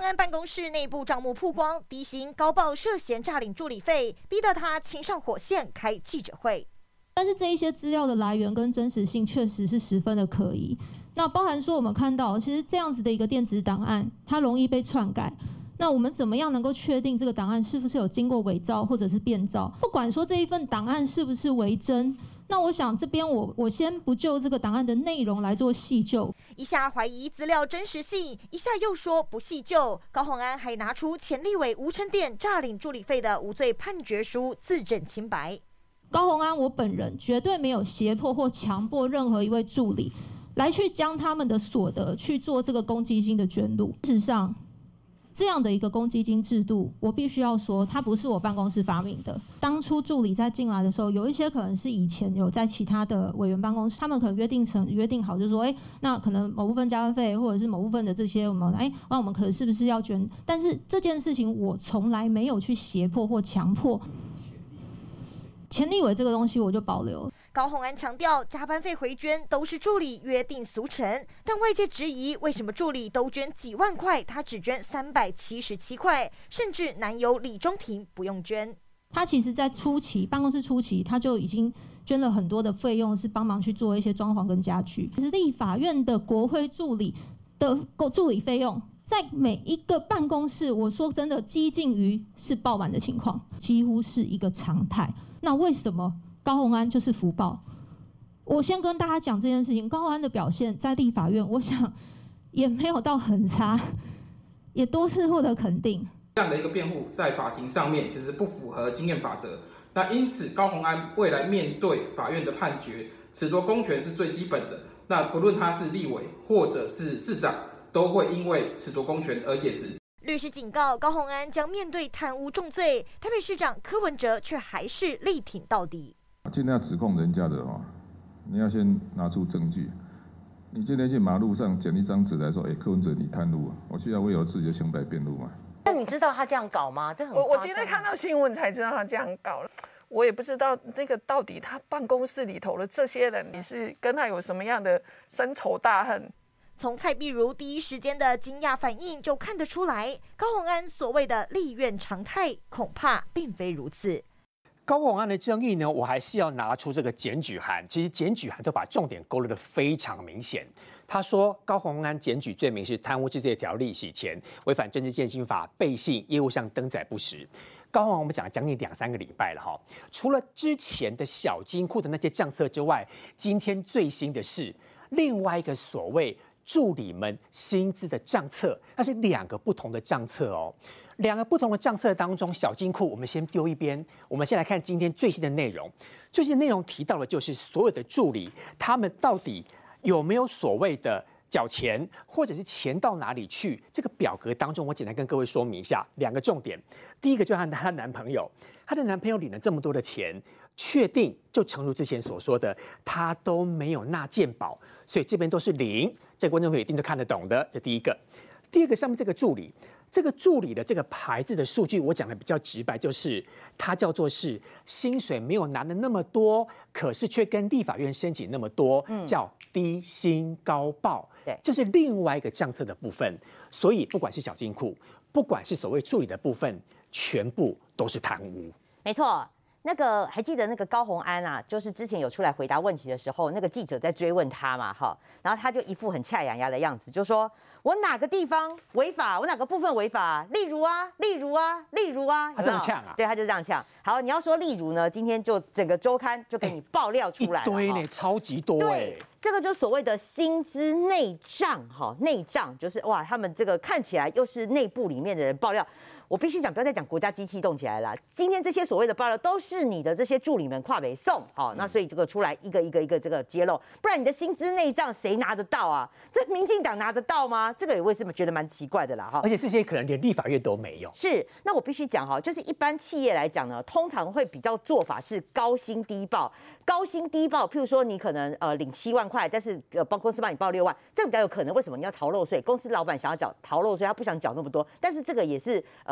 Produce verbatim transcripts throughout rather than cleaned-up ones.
安办公室内部账目曝光，低薪高报涉嫌诈领助理费，逼得他亲上火线开记者会。 但是这一些资料的来源跟真实性确实是十分的可疑。那包含说我们看到，其实这样子的一个电子档案，它容易被篡改。那我们怎么样能够确定这个档案是不是有经过伪造或者是变造？不管说这一份档案是不是为真，那我想这边我我先不就这个档案的内容来做细究， 一下怀疑资料真实性，一下又说不细究。高虹安还拿出前立委吴承典诈领助理费的无罪判决书自证清白。 高虹安我本人绝对没有胁迫或强迫任何一位助理来去将他们的所得去做这个公积金的捐入。事实上，这样的一个公积金制度，我必须要说，它不是我办公室发明的。当初助理在进来的时候，有一些可能是以前有在其他的委员办公室，他们可能约定成约定好，就是说，哎，那可能某部分加班费，或者是某部分的这些我们，哎，那我们可能是不是要捐？但是这件事情我从来没有去胁迫或强迫。前立委这个东西我就保留。 高虹安强调，加班费回捐都是助理约定俗成，但外界质疑为什么助理都捐几万块，他只捐三百七十七块，甚至男友李中庭不用捐。 他其实在初期办公室初期，他就已经捐了很多的费用，是帮忙去做一些装潢跟家具。其实立法院的国会助理的助理费用，在每一个办公室，我说真的，接近于是爆满的情况，几乎是一个常态。那为什么高虹安就是福报？我先跟大家讲这件事情，高虹安的表现在立法院，我想也没有到很差，也多次获得肯定。 这样的一个辩护在法庭上面其实不符合经验法则，那因此高虹安未来面对法院的判决，褫夺公权是最基本的。那不论他是立委或者是市长，都会因为褫夺公权而解职。 律师警告，高虹安将面对贪污重罪，台北市长柯文哲却还是力挺到底。 今天要指控人家的哦，你要先拿出证据。你今天去马路上捡一张纸来说，哎，柯文哲你贪污，我需要为我自己的清白辩护吗？ 那你知道他这样搞吗？这很我我今天看到新闻才知道他这样搞了。我也不知道那个到底他办公室里头的这些人，你是跟他有什么样的深仇大恨？ 从蔡碧如第一时间的惊讶反应就看得出来，高虹安所谓的立院常态恐怕并非如此。 高虹安的争议呢，我还是要拿出这个检举函。其实检举函都把重点勾勒得非常明显。他说高虹安检举罪名是贪污治罪条例洗钱，违反政治献金法，背信，业务上登载不实。高虹安我们讲了将近两三个礼拜了哈，除了之前的小金库的那些账册之外，今天最新的是另外一个所谓助理们薪资的账册，那是两个不同的账册哦。两个不同的账册当中，小金库我们先丢一边，我们先来看今天最新的内容。最新的内容提到的就是所有的助理，他们到底有没有所谓的缴钱，或者是钱到哪里去？这个表格当中，我简单跟各位说明一下两个重点。第一个就是她的男朋友，她的男朋友领了这么多的钱，确定就诚如之前所说的，他都没有纳健保，所以这边都是零。这个观众朋友一定都看得懂的，这第一个。第二个，上面这个助理，这个助理的这个牌子的数据，我讲的比较直白，就是它叫做是薪水没有拿的那么多，可是却跟立法院申请那么多，嗯、叫低薪高报。对，这是另外一个账册的部分。所以不管是小金库，不管是所谓助理的部分，全部都是贪污。 没错。那个还记得那个高虹安啊，就是之前有出来回答问题的时候，那个记者在追问他嘛，哈，然后他就一副很恰牙牙的样子，就说我哪个地方违法，我哪个部分违法，例如啊，例如啊，例如啊， 他这么呛啊？ 对，他就这样呛。好，你要说例如呢，今天就整个周刊就给你爆料出来了， 一堆呢，超级多哎、欸。 这个就所谓的薪资内账，哈，内账就是哇，他们这个看起来又是内部里面的人爆料。我必须讲，不要再讲国家机器动起来了。今天这些所谓的爆料都是你的这些助理们跨北送，好、哦，那所以这个出来一个一个一个这个揭露，不然你的薪资内账谁拿得到啊？这民进党拿得到吗？这个也为什么觉得蛮奇怪的啦，哈。 而且这些可能连立法院都没有。 是，那我必须讲哈，就是一般企业来讲呢，通常会比较做法是高薪低报，高薪低报，譬如说你可能呃领七万块，但是呃帮公司帮你报六万，这个比较有可能。为什么你要逃漏税？公司老板想要缴逃漏税，他不想缴那么多，但是这个也是呃。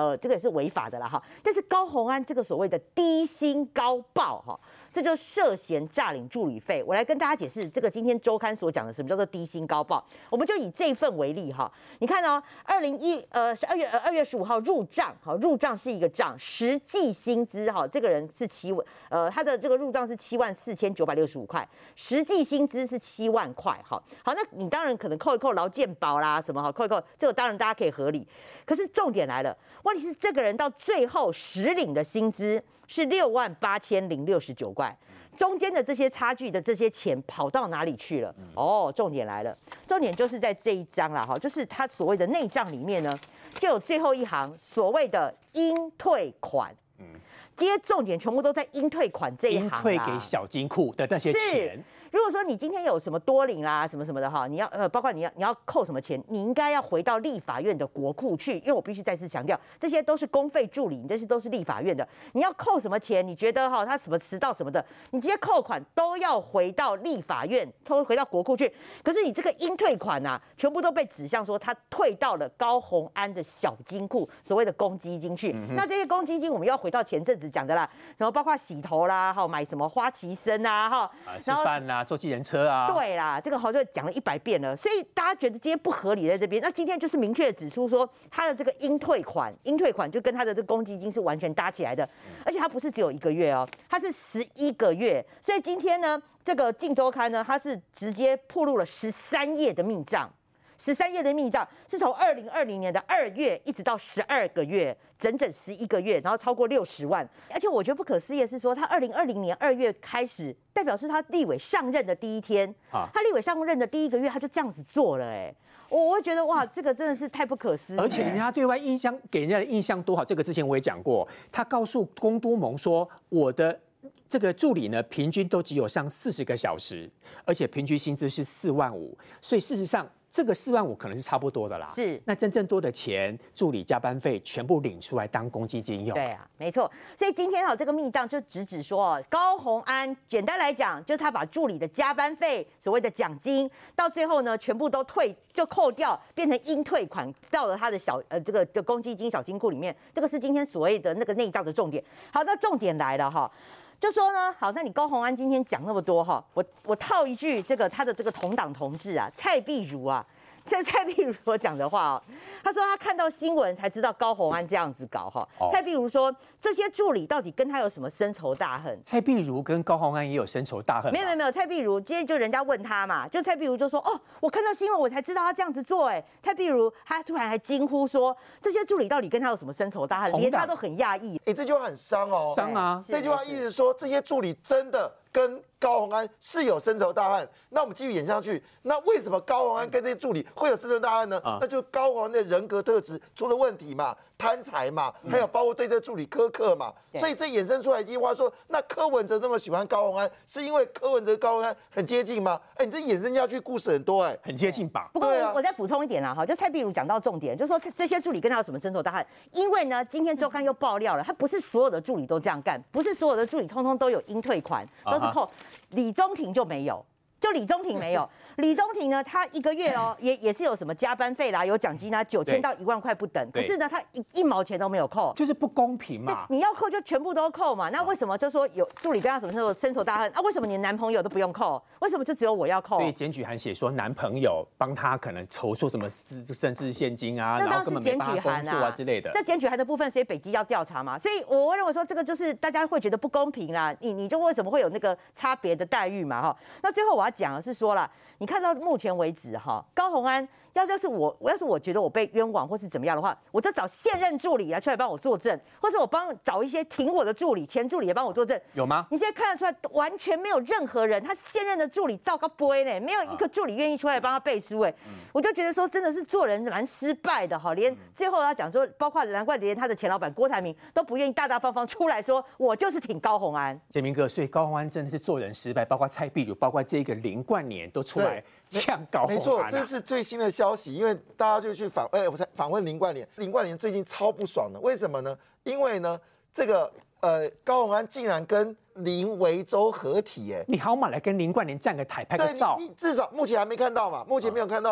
呃，这个也是违法的啦哈。但是高虹安这个所谓的低薪高报哈，这就涉嫌诈领助理费。我来跟大家解释这个今天周刊所讲的什么叫做低薪高报。我们就以这一份为例哈，你看哦，二零一呃十二月二月十五号入账，好，入账是一个账，实际薪资哈，这个人是七万，呃，他的这个入账是七万四千九百六十五块，实际薪资是七万块，好，好，那你当然可能扣一扣劳健保啦什么哈，扣一扣，这个当然大家可以合理。可是重点来了，问题是这个人到最后实领的薪资是六万八千零六十九块。中间的这些差距的这些钱跑到哪里去了？哦，重点来了，重点就是在这一章啦，哈，就是他所谓的内账里面呢，就有最后一行所谓的应退款。嗯，这些重点全部都在应退款这一行啦， 应退给小金库的那些钱。 如果说你今天有什么多领啦、什么什么的哈，你要呃，包括你要你要扣什么钱，你应该要回到立法院的国库去，因为我必须再次强调，这些都是公费助理，这些都是立法院的。你要扣什么钱？你觉得哈他什么迟到什么的，你这些扣款都要回到立法院，都回到国库去。可是你这个应退款呐、啊，全部都被指向说他退到了高虹安的小金库，所谓的公积金去。嗯、那这些公积金，我们要回到前阵子讲的啦，什么包括洗头啦，哈，买什么花旗参啊，哈， 啊，吃饭啦。坐计程车啊， 对啦，这个好像讲了一百遍了，所以大家觉得今天不合理在这边。那今天就是明确指出说，他的这个应退款，应退款就跟他的这个公积金是完全搭起来的，而且他不是只有一个月哦，他是十一个月。所以今天呢，这个《镜周刊》呢，它是直接曝露了十三页的密账。十三页的密账是从二零二零年的二月一直到十二个月，整整十一个月，然后超过六十万。而且我觉得不可思议的是说，他二零二零年二月开始，代表是他立委上任的第一天，啊、他立委上任的第一个月，他就这样子做了、欸，哎，我会觉得哇，这个真的是太不可思议。 而且人家对外印象给人家的印象多好，这个之前我也讲过，他告诉公都盟说，我的这个助理呢，平均都只有上四十个小时，而且平均薪资是四万五，所以事实上。这个四万五可能是差不多的啦， 是。 那真正多的钱，助理加班费全部领出来当公积金用。 对啊，没错。所以今天哈，这个密账就直指说，高虹安简单来讲，就是他把助理的加班费、所谓的奖金，到最后呢，全部都退就扣掉，变成应退款到了他的小呃这个的公积金小金库里面。这个是今天所谓的那个内账的重点。好，那重点来了哈。就说呢，好，那你高虹安今天讲那么多哈，我我套一句这个他的这个同党同志啊，蔡壁如啊，这蔡壁如所讲的话哦，他说他看到新闻才知道高虹安这样子搞哈。哦、蔡壁如说这些助理到底跟他有什么深仇大恨？ 蔡壁如跟高虹安也有深仇大恨？ 没有没有没有，蔡壁如今天就人家问他嘛，就蔡壁如就说哦，我看到新闻我才知道他这样子做哎。蔡壁如他突然还惊呼说，这些助理到底跟他有什么深仇大恨？连他都很讶异。 哎，这句话很伤哦， 伤啊！ 这句话意思说这些助理真的跟高虹安是有深仇大恨。那我们继续演下去，那为什么高虹安跟这些助理会有深仇大恨呢？啊、那就高虹安的人格特质出了问题嘛，贪财嘛，还有包括对这助理苛刻嘛。嗯、所以这衍生出来一句话说，那柯文哲那么喜欢高虹安，是因为柯文哲高虹安很接近吗？哎，你这衍生下去故事很多哎、欸， 很接近吧？ 不过我我再补充一点啦哈，就蔡壁如讲到重点，就说这些助理跟他有什么深仇大恨？因为呢，今天周刊又爆料了，他不是所有的助理都这样干，不是所有的助理通通都有应退款，都是扣。李宗廷就没有，就李宗廷没有。李宗廷呢，他一个月哦，也也是有什么加班费啦，有奖金啦，九千到一万块不等。可是呢，他一一毛钱都没有扣， 就是不公平嘛。 你要扣就全部都扣嘛。那为什么就说有助理跟他什么时候深仇大恨啊？为什么你男朋友都不用扣？为什么就只有我要扣？ 所以检举函写说男朋友帮他可能筹措什么政治现金啊，然后根本没帮他工作啊之类的。 这检举函的部分，所以北基要调查嘛。所以我认为说这个就是大家会觉得不公平啦。你你就为什么会有那个差别的待遇嘛？哈。那最后我要讲的是说啦，你看到目前为止哈，高虹安要要是我，要是我觉得我被冤枉或是怎么样的话，我就找现任助理来出来帮我作证，或者我帮找一些挺我的助理，前助理也帮我作证。 有吗？ 你现在看得出来，完全没有任何人，他现任的助理照个杯呢，没有一个助理愿意出来帮他背书哎，嗯、我就觉得说真的是做人蛮失败的哈，连最后要讲说，包括难怪连他的前老板郭台铭都不愿意大大方方出来说，我就是挺高虹安。 建明哥，所以高虹安真的是做人失败，包括蔡壁如，包括这个林冠年都出来呛高虹安、啊。 没错，这是最新的消息，因为大家就去访，哎、欸，我才访问林冠年，林冠年最近超不爽的，为什么呢？因为呢，这个呃高虹安竟然跟林维洲合体、欸，哎， 你好嘛来跟林冠年站个台拍个照， 你至少目前还没看到嘛，目前没有看到这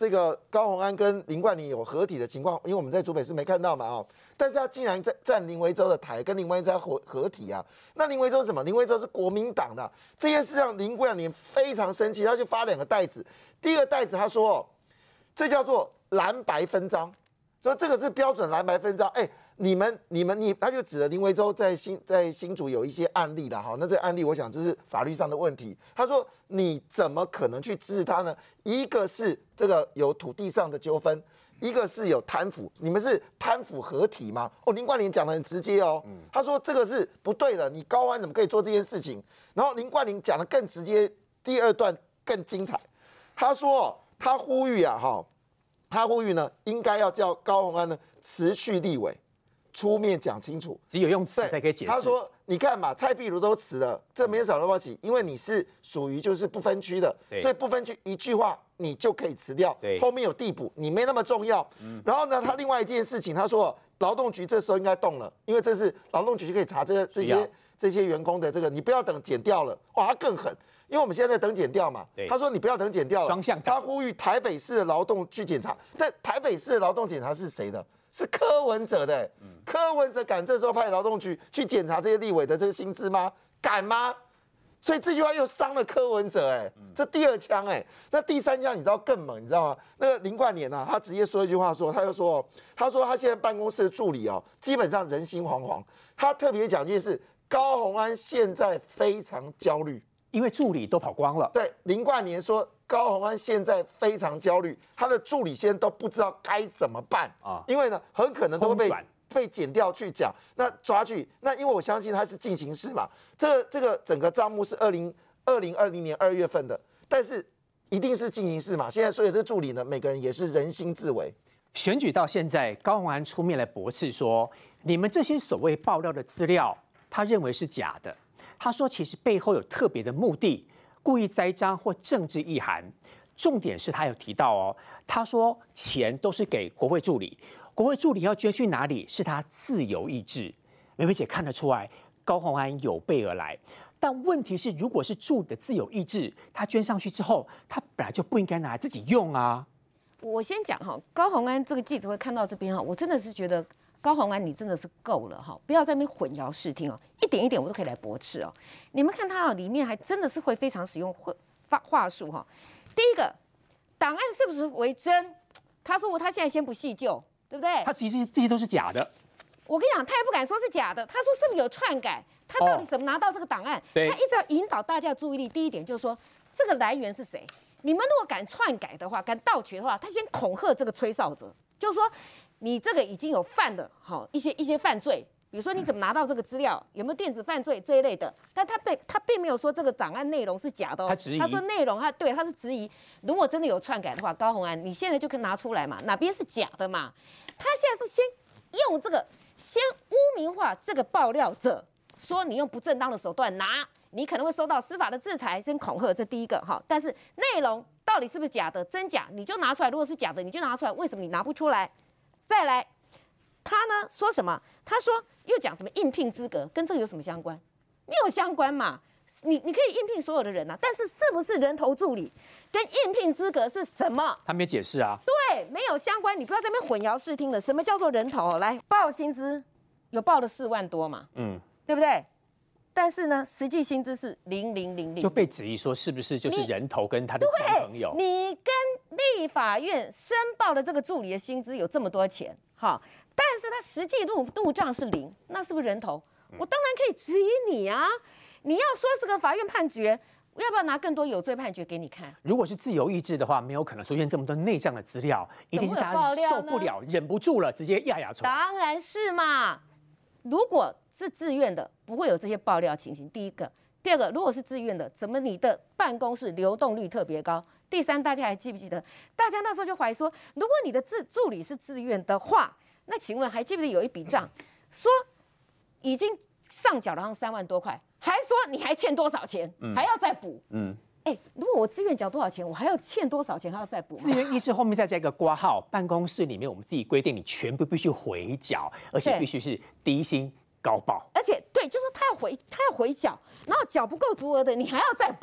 这个高虹安跟林冠霖有合体的情况，因为我们在竹北市没看到嘛哦，但是他竟然在站林维洲的台，跟林维洲合合体啊。那林维洲是什么？林维洲是国民党的，这件事让林冠霖非常生气，他就发两个袋子。第一个袋子他说哦，这叫做蓝白分赃，说这个是标准蓝白分赃，哎。你们、你们、你，他就指了林维洲在新在新竹有一些案例了哈，那这个案例我想这是法律上的问题。他说你怎么可能去支持他呢？一个是这个有土地上的纠纷，一个是有贪腐，你们是贪腐合体吗？哦，林冠霖讲得很直接哦，他说这个是不对的，你高虹安怎么可以做这件事情？然后林冠霖讲得更直接，第二段更精彩，他说他呼吁啊哈，他呼吁呢应该要叫高虹安呢辞去立委。出面讲清楚， 只有用词才可以解释。 他说：“你看嘛，蔡壁如都辞了，这没什么了不起，因为你是属于就是不分区的，所以不分区一句话你就可以辞掉，后面有递补，你没那么重要。嗯、然后呢，他另外一件事情，他说劳动局这时候应该动了，因为这是劳动局就可以查这这些这些员工的这个，你不要等检调了，哇，他更狠。”因为我们现在在等检调嘛，他说你不要等检调了， 双向。 他呼吁台北市的劳动去检查，但台北市的劳动检查是谁的？是柯文哲的、欸，嗯、柯文哲敢这时候派劳动局去检查这些立委的这个薪资吗？敢吗？所以这句话又伤了柯文哲、欸，哎，这第二枪、欸，哎，那第三枪你知道更猛，你知道吗？那个林冠霖啊，他直接说一句话说，他就说，他说他现在办公室的助理哦，基本上人心惶惶。他特别讲一件事，高虹安现在非常焦虑。 因为助理都跑光了。 对，林冠霖说高虹安现在非常焦虑，他的助理现在都不知道该怎么办啊，因为呢很可能都会被被检调去讲，那抓去，那因为我相信他是进行式嘛，这个这个整个账目是二零二零二零年二月份的，但是一定是进行式嘛，现在所有这个助理呢，每个人也是人心自危。 选举到现在，高虹安出面来驳斥说，你们这些所谓爆料的资料，他认为是假的。他说，其实背后有特别的目的，故意栽赃或政治意涵。重点是他有提到哦，他说钱都是给国会助理，国会助理要捐去哪里是他自由意志。梅梅姐看得出来，高虹安有备而来。但问题是，如果是助理的自由意志，他捐上去之后，他本来就不应该拿来自己用啊。 我先讲哈，高虹安这个记者会看到这边哈，我真的是觉得。高虹安，你真的是够了哈！不要在那边混淆视听哦，一点一点我都可以来驳斥哦。你们看他里面还真的是会非常使用话话术哈。第一个，档案是不是为真？他说他现在先不细究，对不对？ 他其实这些都是假的。 我跟你讲，他也不敢说是假的。他说是不是有篡改？他到底怎么拿到这个档案？哦、他一直要引导大家的注意力。第一点就是说，这个来源是谁？你们如果敢篡改的话，敢盗取的话，他先恐吓这个吹哨者，就是说。你这个已经有犯的，好一些一些犯罪，比如说你怎么拿到这个资料，有没有电子犯罪这一类的，但他被他并没有说这个档案内容是假的哦， 他质疑， 他说内容他对他是质疑，如果真的有篡改的话，高虹安你现在就可以拿出来嘛，哪边是假的嘛？他现在是先用这个先污名化这个爆料者，说你用不正当的手段拿，你可能会受到司法的制裁，先恐吓，这第一个哈，但是内容到底是不是假的，真假你就拿出来，如果是假的你就拿出来，为什么你拿不出来？再来，他呢说什么？他说又讲什么应聘资格，跟这个有什么相关？没有相关嘛。你你可以应聘所有的人啊，但是是不是人头助理跟应聘资格是什么？ 他没解释啊。 对，没有相关，你不要在那边混淆视听了。什么叫做人头？来报薪资，有报了四万多嘛？嗯，对不对？但是呢，实际薪资是零零零零， 就被质疑说是不是就是人头跟他的男朋友？ 你跟立法院申报的这个助理的薪资有这么多钱，好，但是他实际入入账是零，那是不是人头？我当然可以质疑你啊！你要说这个法院判决，要不要拿更多有罪判决给你看？ 如果是自由意志的话，没有可能出现这么多内账的资料，一定是大家受不了、忍不住了，直接压压出来。 当然是嘛，如果是自愿的，不会有这些爆料情形。第一个，第二个，如果是自愿的，怎么你的办公室流动率特别高？第三，大家还记不记得？大家那时候就怀疑说，如果你的自助理是自愿的话，那请问还记不记得有一笔账，说已经上缴了上三万多块，还说你还欠多少钱，嗯、还要再补？嗯。哎，如果我自愿缴多少钱，我还要欠多少钱，还要再补？ 自愿意志后面再加一个括号，办公室里面我们自己规定，你全部必须回缴，而且必须是低薪高报。 而且对，就是说他要回，他要回缴，然后缴不够足额的，你还要再补。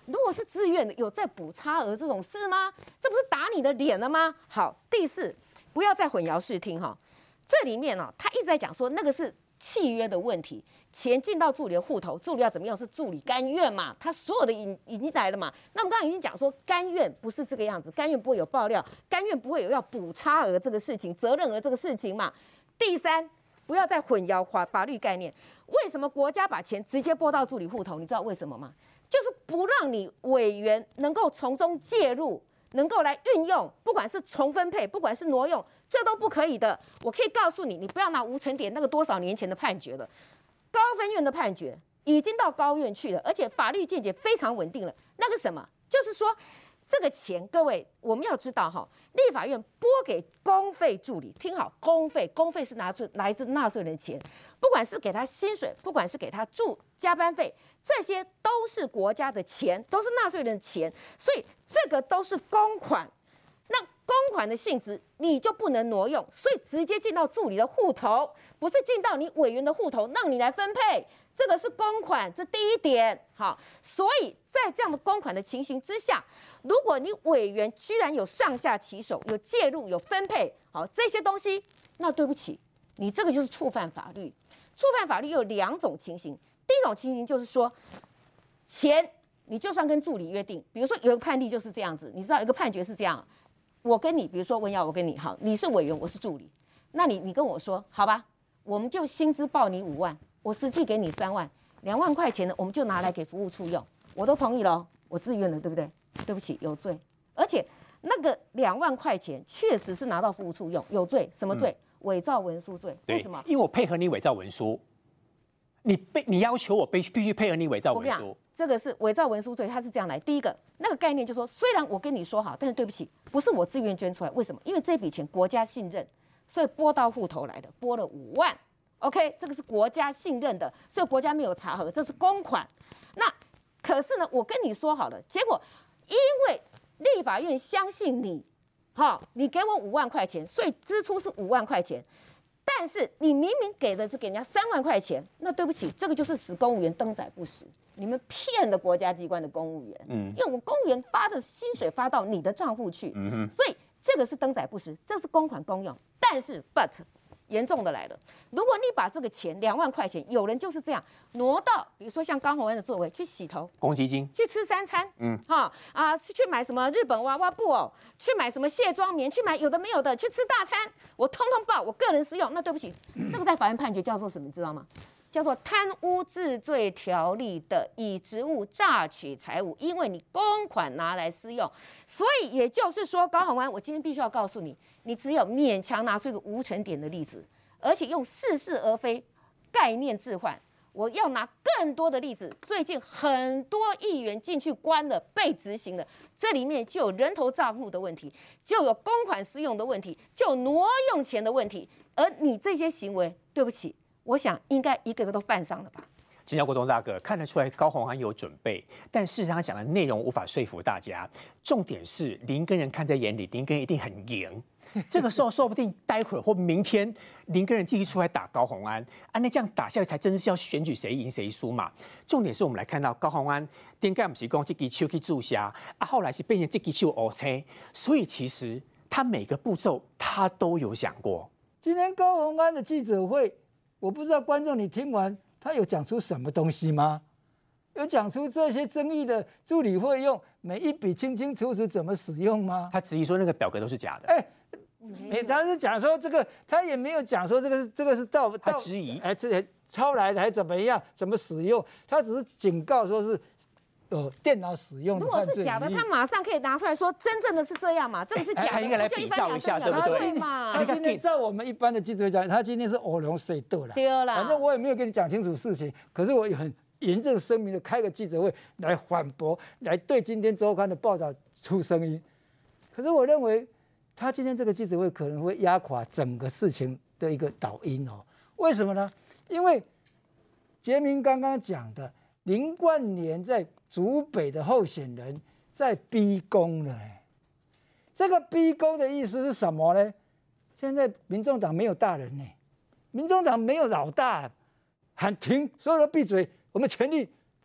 如果是自愿的，有在补差额这种事吗？这不是打你的脸了吗？好，第四，不要再混淆视听哈。这里面呢，他一直在讲说那个是契约的问题，钱进到助理的户头，助理要怎么样是助理甘愿嘛，他所有的已已经来了嘛。那我们刚刚已经讲说，甘愿不是这个样子，甘愿不会有爆料，甘愿不会有要补差额这个事情，责任额这个事情嘛。第三，不要再混淆法法律概念。为什么国家把钱直接拨到助理户头？你知道为什么吗？就是不让你委员能够从中介入，能够来运用，不管是重分配，不管是挪用，这都不可以的。我可以告诉你，你不要拿吴成典那个多少年前的判决了，高分院的判决已经到高院去了，而且法律见解非常稳定了。那个什么，就是说这个钱，各位我们要知道哈，立法院拨给公费助理，听好，公费，公费是拿自来自纳税人的钱，不管是给他薪水，不管是给他住加班费，这些都是国家的钱，都是纳税人的钱，所以这个都是公款。那公款的性质你就不能挪用，所以直接进到助理的户头，不是进到你委员的户头让你来分配，这个是公款，这第一点。好，所以在这样的公款的情形之下，如果你委员居然有上下其手，有介入，有分配，好这些东西，那对不起，你这个就是触犯法律。触犯法律有两种情形，第一种情形就是说，钱你就算跟助理约定，比如说有一个判例就是这样子，你知道有一个判决是这样。我跟你，比如说文瑶，我跟你好，你是委员，我是助理，那你你跟我说，好吧，我们就薪资报你五万，我实际给你三万，两万块钱呢，我们就拿来给服务处用，我都同意了，我自愿的，对不对？对不起，有罪，而且那个两万块钱确实是拿到服务处用，有罪，什么罪？伪造文书罪。为什么？ 因为我配合你伪造文书，你被你要求我必必须配合你伪造文书。 这个是伪造文书罪，它是这样来。第一个，那个概念就是说，虽然我跟你说好，但是对不起，不是我自愿捐出来。为什么？因为这笔钱国家信任，所以拨到户头来的，拨了五万。OK， 这个是国家信任的，所以国家没有查核，这是公款。那可是呢，我跟你说好了，结果因为立法院相信你，好，你给我五万块钱，所以支出是五万块钱。但是你明明给的是给人家三万块钱，那对不起，这个就是使公务员登载不实，你们骗了国家机关的公务员。嗯，因为我公务员发的薪水发到你的账户去，嗯哼，所以这个是登载不实，这是公款公用。但是 but 严重的来了，如果你把这个钱两万块钱，有人就是这样挪到，比如说像高虹安的作为，去洗头、 公积金、 去吃三餐，嗯，哈啊，去买什么日本娃娃布偶，去买什么卸妆棉，去买有的没有的，去吃大餐，我通通报，我个人私用。那对不起，这个在法院判决叫做什么，你知道吗？叫做贪污治罪条例的以职务榨取财物，因为你公款拿来私用，所以也就是说，高虹安，我今天必须要告诉你，你只有勉强拿出一个无成点的例子，而且用似是而非概念置换。我要拿更多的例子，最近很多议员进去关了，被执行了，这里面就有人头账户的问题，就有公款私用的问题，就有挪用钱的问题，而你这些行为，对不起。我想应该一个个都犯上了吧。 金教国栋大哥看得出来高虹安有准备，但事实上他讲的内容无法说服大家。重点是林根人看在眼里，林根人一定很赢。这个时候说不定待会儿或明天林根人继续出来打高虹安，啊，那这样打下去才真的是要选举谁赢谁输嘛。重点是我们来看到高虹安顶盖不是讲这支手去注销，啊，后来是变成这支手黑车，所以其实他每个步骤他都有想过。 今天高虹安的记者会。我不知道观众你听完，他有讲出什么东西吗？有讲出这些争议的助理费用每一笔清清楚楚怎么使用吗？ 他质疑说那个表格都是假的。 哎、欸，他是讲说这个，他也没有讲说这个是这个是盗盗， 他质疑， 哎，这抄来的还怎么样？怎么使用？他只是警告说是。呃，电脑使用的如果是假的，他马上可以拿出来说，真正的是这样嘛？这个是假的， 他应该来比照一下，对不对嘛？ 他今天照我们一般的记者讲，他今天是欧龙谁斗了？ 对了， 反正我也没有跟你讲清楚事情，可是我也很严正声明的开个记者会来反驳，来对今天周刊的报道出声音。可是我认为他今天这个记者会可能会压垮整个事情的一个导因哦。为什么呢？因为杰明刚刚讲的。林冠年在竹北的候选人在逼宫了，这个逼宫的意思是什么呢？现在民众党没有大人呢，民众党没有老大，喊停，所有人闭嘴，我们全力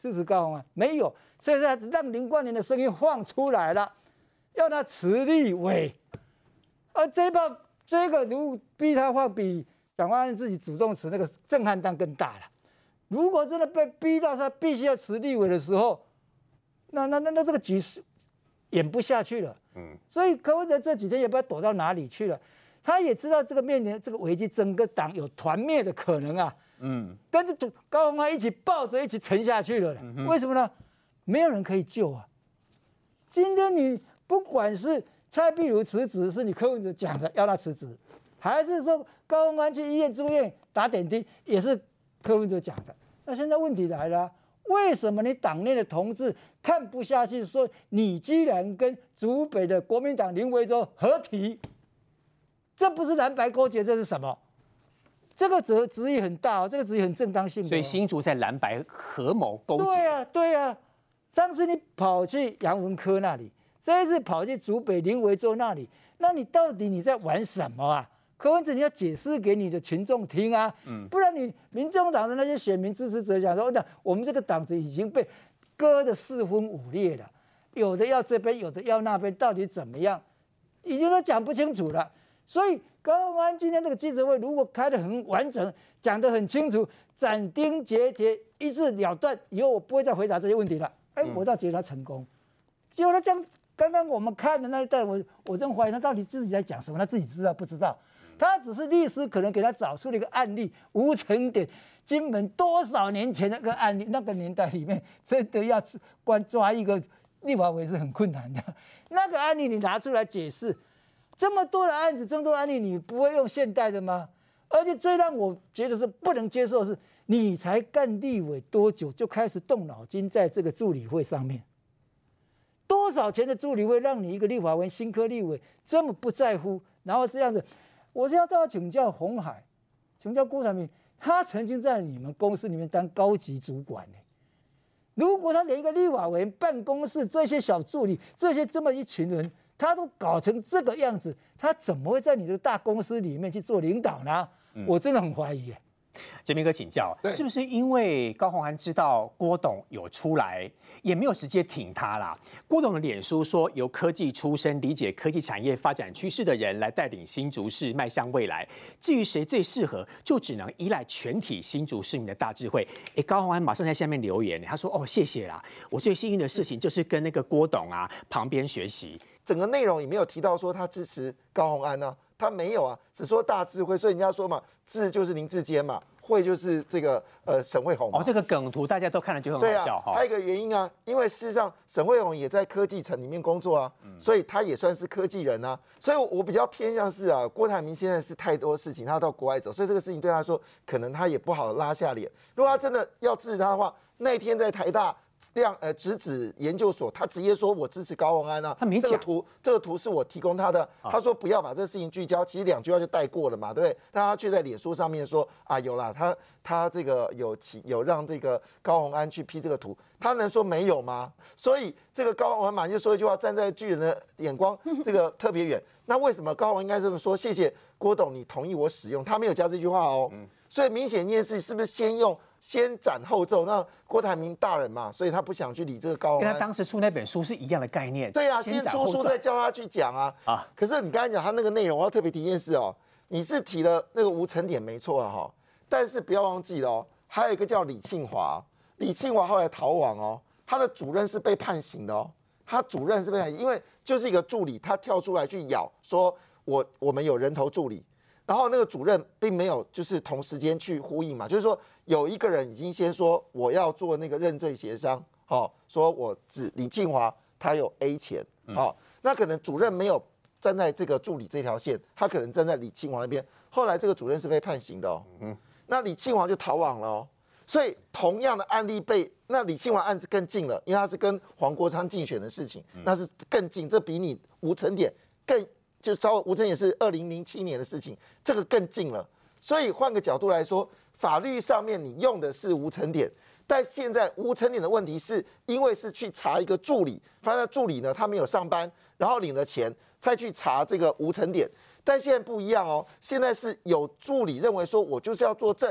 支持高虹安？没有，所以他让林冠霖的声音放出来了，要他辞立委。而这一把这个如果逼他放，比蒋万安自己主动辞那个震撼弹更大了。如果真的被逼到他必须要辞立委的时候，那那那那这个局势演不下去了。嗯，所以柯文哲这几天也不知道躲到哪里去了。他也知道这个面临这个危机，整个党有团灭的可能啊。嗯，跟着高虹安一起抱着一起沉下去了。嗯、为什么呢？没有人可以救啊。今天你不管是蔡壁如辞职，是你柯文哲讲的要他辞职，还是说高虹安去医院住院打点滴，也是柯文哲讲的。那现在问题来了，为什么你党内的同志看不下去，说你居然跟竹北的国民党林维洲合体？这不是蓝白勾结，这是什么？这个质质疑很大哦，这个质疑很正当性的、哦。 所以新竹在蓝白合谋勾结。 对啊，对啊。上次你跑去杨文科那里，这一次跑去竹北林维洲那里，那你到底你在玩什么啊？柯文哲你要解释给你的群众听啊，嗯、不然你民众党的那些选民支持者讲说，那我们这个党子已经被割得四分五裂了，有的要这边，有的要那边，到底怎么样，已经都讲不清楚了。所以高虹安今天这个记者会如果开得很完整，讲得很清楚，斩钉截铁，一字了断，以后我不会再回答这些问题了。哎，我倒觉得他成功。结果他讲刚刚我们看的那一段，我我真怀疑他到底自己在讲什么，他自己知道不知道？他只是律师可能给他找出了一个案例，吴成典金门多少年前的一个案例，那个年代里面真的要关抓一个立法委是很困难的。那个案例你拿出来解释。这么多的案子，这么多案例，你不会用现代的吗？而且最让我觉得是不能接受的是，你才干立委多久就开始动脑筋在这个助理会上面？多少钱的助理会让你一个立法委员、新科立委这么不在乎？然后这样子，我是要到请教鸿海，请教郭台铭，他曾经在你们公司里面当高级主管呢。如果他连一个立法委员办公室这些小助理，这些这么一群人，他都搞成这个样子，他怎么会在你的大公司里面去做领导呢？嗯、我真的很怀疑耶。 杰明哥请教，是不是因为高虹安知道郭董有出来，也没有直接挺他啦？郭董的脸书说，由科技出身、理解科技产业发展趋势的人来带领新竹市迈向未来。至于谁最适合，就只能依赖全体新竹市民的大智慧。哎，高虹安马上在下面留言，他说：“哦，谢谢啦，我最幸运的事情就是跟那个郭董啊旁边学习。” 整个内容也没有提到说他支持高虹安啊，他没有啊，只说大智慧，所以人家说嘛，智就是林智坚嘛，慧就是这个呃沈慧虹嘛。 哦，这个梗图大家都看了就很好笑哈。 还有一个原因啊，因为事实上沈慧虹也在科技城里面工作啊，嗯、所以他也算是科技人啊。所以我比较偏向是啊，郭台铭现在是太多事情，他要到国外走，所以这个事情对他说，可能他也不好拉下脸。如果他真的要支持他的话，那一天在台大。量呃，直指研究所，他直接说我支持高虹安啊。 他没讲这个图，这个图是我提供他的。他说不要把这个事情聚焦，其实两句话就带过了嘛，对不对？但他却在脸书上面说啊，有啦，他他这个有有让这个高虹安去 P 这个图，他能说没有吗？所以这个高虹安马上就说一句话，站在巨人的眼光这个特别远。那为什么高虹应该这么说？谢谢郭董，你同意我使用，他没有加这句话哦。嗯、所以明显这件事是不是先用？先斩后奏，那郭台铭大人嘛，所以他不想去理这个高虹安。 跟他当时出那本书是一样的概念。 对啊，先出书再叫他去讲啊。啊，可是你刚才讲他那个内容，我要特别提一件事哦，你是提了那个吴成典没错啊哈，但是不要忘记了哦，还有一个叫李庆华，李庆华后来逃亡哦，他的主任是被判刑的哦，他主任是被判刑，因为就是一个助理，他跳出来去咬说我我们有人头助理。然后那个主任并没有就是同时间去呼应嘛，就是说有一个人已经先说我要做那个认罪协商，哦，说我指李庆华他有 A 钱，哦，那可能主任没有站在这个助理这条线，他可能站在李庆华那边。后来这个主任是被判刑的哦，嗯，那李庆华就逃亡了哦。所以同样的案例被那李庆华案子更近了，因为他是跟黄国昌竞选的事情，那是更近，这比你吴成典更。就稍微吴成典是二零零七年的事情，这个更近了。所以换个角度来说，法律上面你用的是吴成典，但现在吴成典的问题是因为是去查一个助理，发现助理呢他没有上班，然后领了钱，再去查这个吴成典。但现在不一样哦，现在是有助理认为说我就是要作证，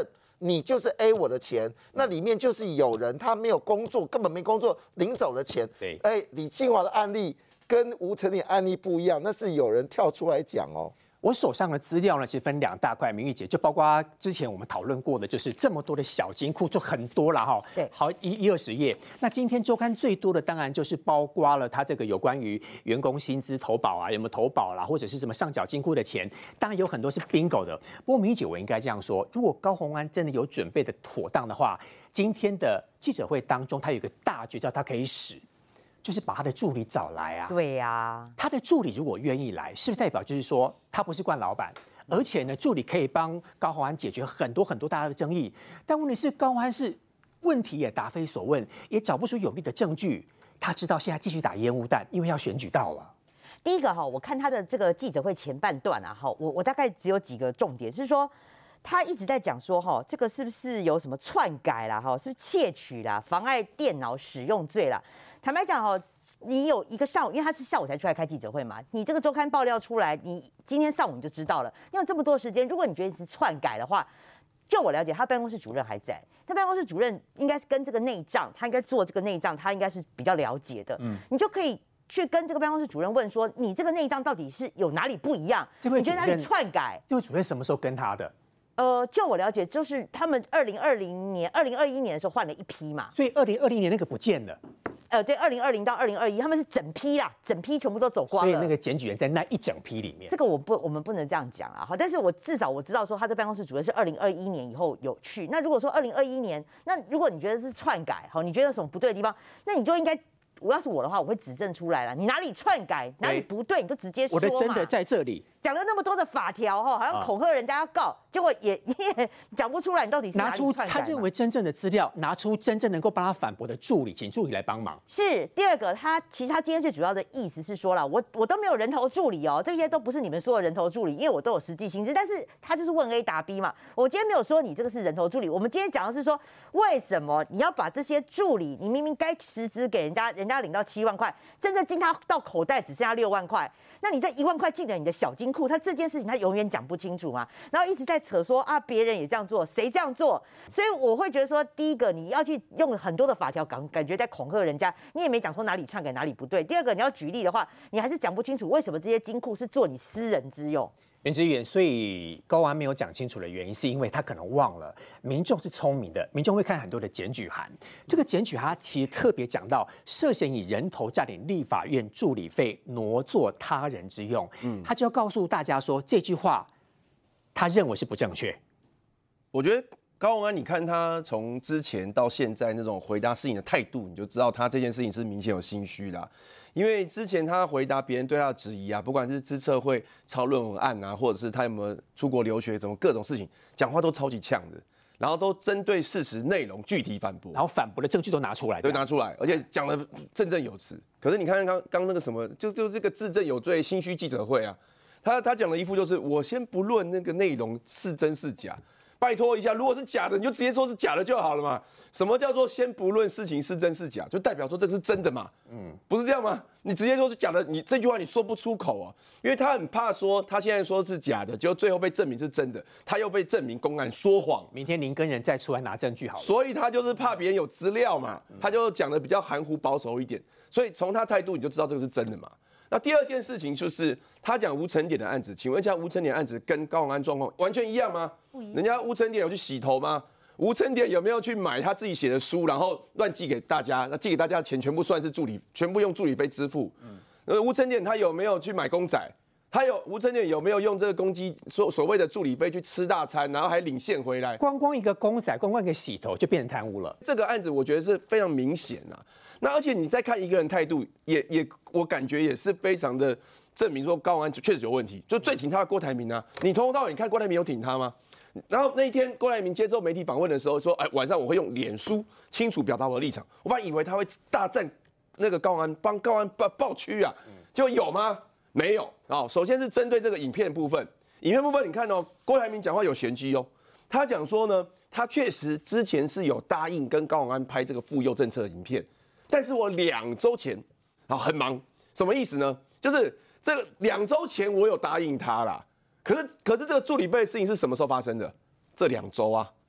你就是 A 我的钱，那里面就是有人他没有工作，根本没工作领走了钱。 对， 哎，李庆华的案例跟吴成典案例不一样，那是有人跳出来讲哦。 我手上的资料呢，其实分两大块，明玉姐就包括之前我们讨论过的，就是这么多的小金库，就很多了哈。 对， 好一一二十页。那今天周刊最多的当然就是包括了它这个有关于员工薪资投保啊，有没有投保啦，或者是什么上缴金库的钱，当然有很多是 bingo 的。不过明玉姐，我应该这样说，如果高虹安真的有准备的妥当的话，今天的记者会当中，他有一个大绝招，他可以使。就是把他的助理找来啊， 对呀、啊， 他的助理如果愿意来，是不是代表就是说他不是惯老板，而且呢，助理可以帮高虹安解决很多很多大家的争议。但问题是，高虹安是问题也答非所问，也找不出有力的证据。他知道现在继续打烟雾弹，因为要选举到了。 第一个哈，我看他的这个记者会前半段啊，哈，我我大概只有几个重点是说。他一直在讲说，哈，这个是不是有什么篡改啦，哈，是不是窃取啦，妨碍电脑使用罪啦？坦白讲，哈，你有一个上午，因为他是下午才出来开记者会嘛，你这个周刊爆料出来，你今天上午你就知道了。你有这么多时间，如果你觉得是篡改的话，就我了解，他办公室主任还在，他办公室主任应该是跟这个内账，他应该做这个内账，他应该是比较了解的，嗯，你就可以。去跟这个办公室主任问说，你这个内账到底是有哪里不一样？你觉得哪里篡改？ 这位主任什么时候跟他的？ 呃，就我了解，就是他们二零二零年、二零二一年的时候换了一批嘛， 所以二零二零年那个不见了。 呃，对，二零二零到二零二一，他们是整批啦，整批全部都走光了。 所以那个检举人在那一整批里面。 这个我不，我们不能这样讲啊。好，但是我至少我知道说，他这办公室主任是二零二一年以后有去。那如果说二零二一年，那如果你觉得是篡改，好，你觉得有什么不对的地方，那你就应该。我要是我的话，我会指证出来了。你哪里篡改，哪里不对，你就直接说嘛。 我的真的在这里。 讲了那么多的法条哈，好像恐吓人家要告，啊、结果也你也讲不出来，你到底是哪里篡改嘛？ 拿出他认为真正的资料，拿出真正能够帮他反驳的助理，请助理来帮忙。 是第二个，他其实他今天最主要的意思是说了，我我都没有人头助理哦，这些都不是你们说的人头助理，因为我都有实际薪资，但是他就是问 A 答 B 嘛。我今天没有说你这个是人头助理，我们今天讲的是说，为什么你要把这些助理，你明明该实质给人家，人家领到七万块，真正进他到口袋只剩下六万块。那你这一万块进了你的小金库，他这件事情他永远讲不清楚嘛，然后一直在扯说啊，别人也这样做，谁这样做？所以我会觉得说，第一个你要去用很多的法条感感觉在恐吓人家，你也没讲说哪里篡改哪里不对。第二个你要举例的话，你还是讲不清楚为什么这些金库是做你私人之用。 袁志远，所以高安没有讲清楚的原因，是因为他可能忘了，民众是聪明的，民众会看很多的检举函。这个检举函其实特别讲到涉嫌以人头占领立法院助理费挪作他人之用，嗯，他就要告诉大家说这句话，他认为是不正确。 我觉得高虹安，你看他从之前到现在那种回答事情的态度，你就知道他这件事情是明显有心虚啦。因为之前他回答别人对他的质疑啊，不管是资策会抄论文案啊，或者是他有没有出国留学，什么各种事情，讲话都超级呛的，然后都针对事实内容具体反驳， 然后反驳的证据都拿出来， 对，拿出来，而且讲的振振有词。可是你看刚刚那个什么，就就这个自证有罪心虚记者会啊，他他讲的一副就是我先不论那个内容是真是假。拜托一下，如果是假的，你就直接说是假的就好了嘛。什么叫做先不论事情是真是假，就代表说这个是真的嘛？嗯，不是这样吗？你直接说是假的，你这句话你说不出口啊，因为他很怕说他现在说是假的，结果最后被证明是真的，他又被证明公然说谎。 明天林根人再出来拿证据好了。 所以他就是怕别人有资料嘛，他就讲的比较含糊保守一点。所以从他态度你就知道这个是真的嘛。那第二件事情就是他讲吴成典的案子，请问一下，吴成典案子跟高虹安状况完全一样吗？人家吴成典有去洗头吗？吴成典有没有去买他自己写的书，然后乱寄给大家？那寄给大家的钱全部算是助理，全部用助理费支付。嗯，呃，吴成典他有没有去买公仔？他有吴成典有没有用这个公鸡所所谓的助理费去吃大餐，然后还领现回来？ 光光一个公仔，光光一个洗头就变成贪污了。 这个案子我觉得是非常明显啊。那而且你再看一个人态度，也也我感觉也是非常的证明说高虹安确实有问题。就最挺他的郭台铭啊，你从头到尾你看郭台铭有挺他吗？然后那一天郭台铭接受媒体访问的时候说，哎，晚上我会用脸书清楚表达我的立场。我本来以为他会大赞那个高虹安，帮高虹安爆爆区啊，结果有吗？没有啊。首先是针对这个影片的部分，影片部分你看哦，郭台铭讲话有玄机哦，他讲说呢，他确实之前是有答应跟高虹安拍这个妇幼政策的影片。但是我两周前啊很忙，什么意思呢？就是这个两周前我有答应他啦，可是可是这个助理费的事情是什么时候发生的？这两周啊，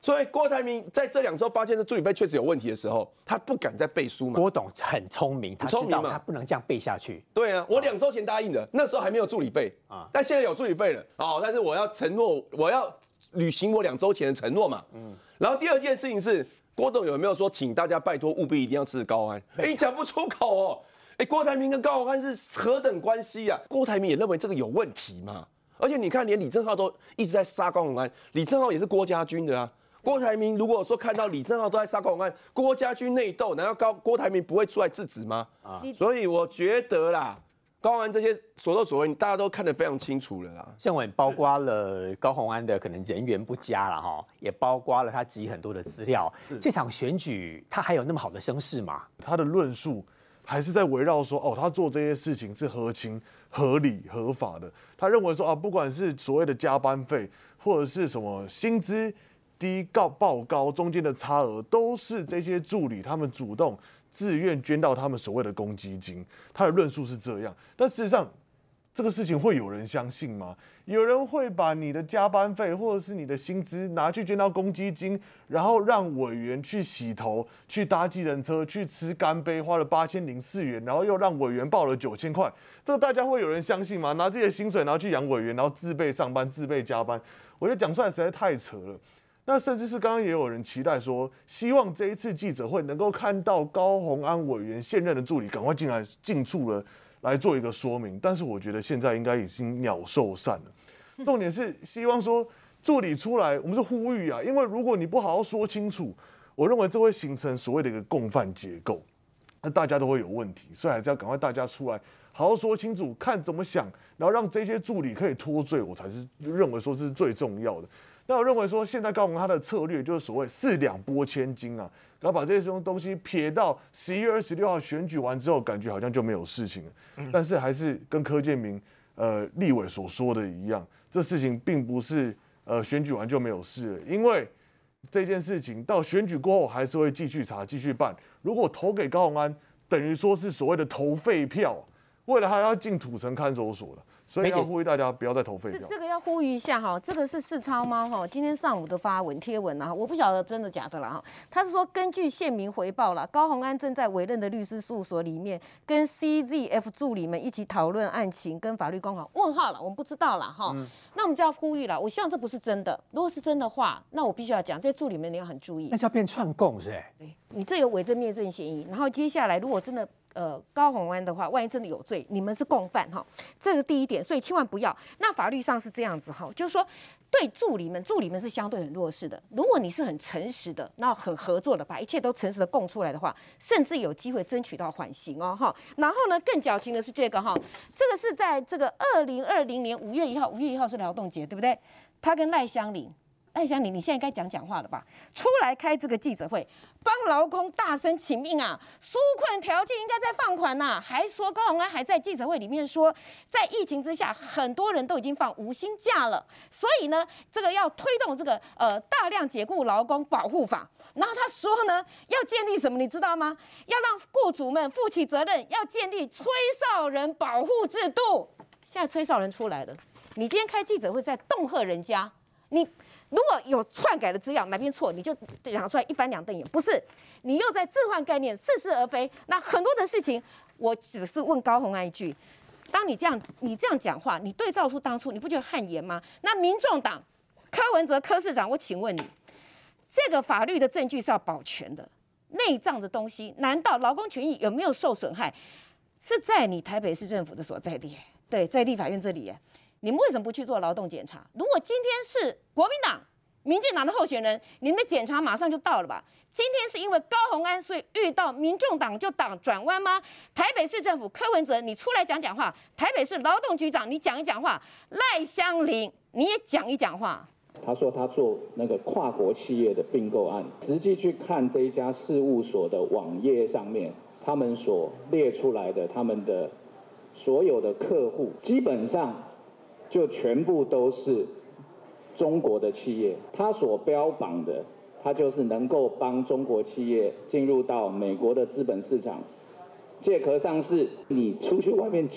所以郭台铭在这两周发现这助理费确实有问题的时候，他不敢再背书嘛。 郭董很聪明，他知道他不能这样背下去。 对啊，我两周前答应的，那时候还没有助理费啊，但现在有助理费了哦。但是我要承诺，我要履行我两周前的承诺嘛。嗯。然后第二件事情是，郭董有没有说，请大家拜托务必一定要支持高虹安？哎，你讲不出口哦。哎，郭台铭跟高虹安是何等关系啊？郭台铭也认为这个有问题嘛。而且你看，连李正皓都一直在杀高虹安，李正皓也是郭家军的啊。郭台铭如果说看到李正皓都在杀高虹安，郭家军内斗，难道高郭台铭不会出来制止吗？啊，所以我觉得啦，高虹安这些所作所为，大家都看得非常清楚了啦。 盛文包括了高虹安的可能人缘不佳了哈，也包括了他集很多的资料。这场选举他还有那么好的声势吗？ 他的论述还是在围绕说，哦，他做这些事情是合情、合理、合法的。他认为说啊，不管是所谓的加班费，或者是什么薪资低告报高中间的差额，都是这些助理他们主动自愿捐到他们所谓的公积金。他的论述是这样，但事实上这个事情会有人相信吗？有人会把你的加班费或者是你的薪资拿去捐到公积金，然后让委员去洗头、去搭计程车、去吃干杯，花了八千零四元，然后又让委员报了九千块，这个大家会有人相信吗？拿这些薪水然后去养委员，然后自备上班、自备加班，我觉得讲出来实在太扯了。那甚至是刚刚也有人期待说，希望这一次记者会能够看到高虹安委员现任的助理赶快进来进驻了，来做一个说明。但是我觉得现在应该已经鸟兽散了。重点是希望说助理出来，我们是呼吁啊，因为如果你不好好说清楚，我认为这会形成所谓的一个共犯结构，那大家都会有问题。所以还是要赶快大家出来好好说清楚，看怎么想，然后让这些助理可以脱罪，我才是认为说这是最重要的。那我认为说，现在高虹安他的策略就是所谓四两拨千斤啊，然后把这些东西撇到十一月二十六号选举完之后，感觉好像就没有事情了。但是还是跟柯建铭呃立委所说的一样，这事情并不是呃选举完就没有事了，因为这件事情到选举过后还是会继续查、继续办。如果投给高虹安，等于说是所谓的投废票，未来还要进土城看守所了。所以要呼吁大家不要再投废票。 这个要呼吁一下哈，这个是世超吗？哈，今天上午的发文贴文啊，我不晓得真的假的啦哈。他是说根据县民回报啦，高虹安正在委任的律师事务所里面，跟 C Z F 助理们一起讨论案情跟法律公考。问号了，我们不知道啦哈。嗯、那我们就要呼吁了，我希望这不是真的。如果是真的话，那我必须要讲，这助理们你要很注意。 那是要变串供是？ 对，你这有伪证灭证嫌疑。然后接下来如果真的。呃，高虹安的话，万一真的有罪，你们是共犯哈，这是第一点，所以千万不要。那法律上是这样子哈，就是说对助理们，助理们是相对很弱势的。如果你是很诚实的，然后很合作的，把一切都诚实的供出来的话，甚至有机会争取到缓刑哦哈。然后呢，更矫情的是这个哈，这个是在这个二零二零年五月一号，五月一号是劳动节，对不对？他跟赖香伶。赖香伶，你现在该讲讲话了吧？出来开这个记者会，帮劳工大声请命啊！纾困条件应该再放宽呐、啊，还说高虹安还在记者会里面说，在疫情之下，很多人都已经放无薪假了，所以呢，这个要推动这个呃大量解雇劳工保护法。然后他说呢，要建立什么，你知道吗？要让雇主们负起责任，要建立吹哨人保护制度。现在吹哨人出来了，你今天开记者会在恫吓人家，你。如果有篡改的资料哪边错，你就讲出来一翻两瞪眼，不是你又在置换概念，似是而非。那很多的事情，我只是问高虹安一句：当你这样你这样讲话，你对照出当初，你不觉得汗颜吗？那民众党柯文哲柯市长，我请问你，这个法律的证据是要保全的，内脏的东西，难道劳工权益有没有受损害？是在你台北市政府的所在地，对，在立法院这里。你们为什么不去做劳动检查？如果今天是国民党、民进党的候选人，你们的检查马上就到了吧？今天是因为高虹安，所以遇到民众党就党转弯吗？台北市政府柯文哲，你出来讲讲话；台北市劳动局长，你讲一讲话；赖香伶，你也讲一讲话。 他说他做那个跨国企业的并购案，实际去看这一家事务所的网页上面，他们所列出来的他们的所有的客户，基本上。就全部都是中国的企业，它所标榜的，它就是能够帮中国企业进入到美国的资本市场，借壳上市。你出去外面讲，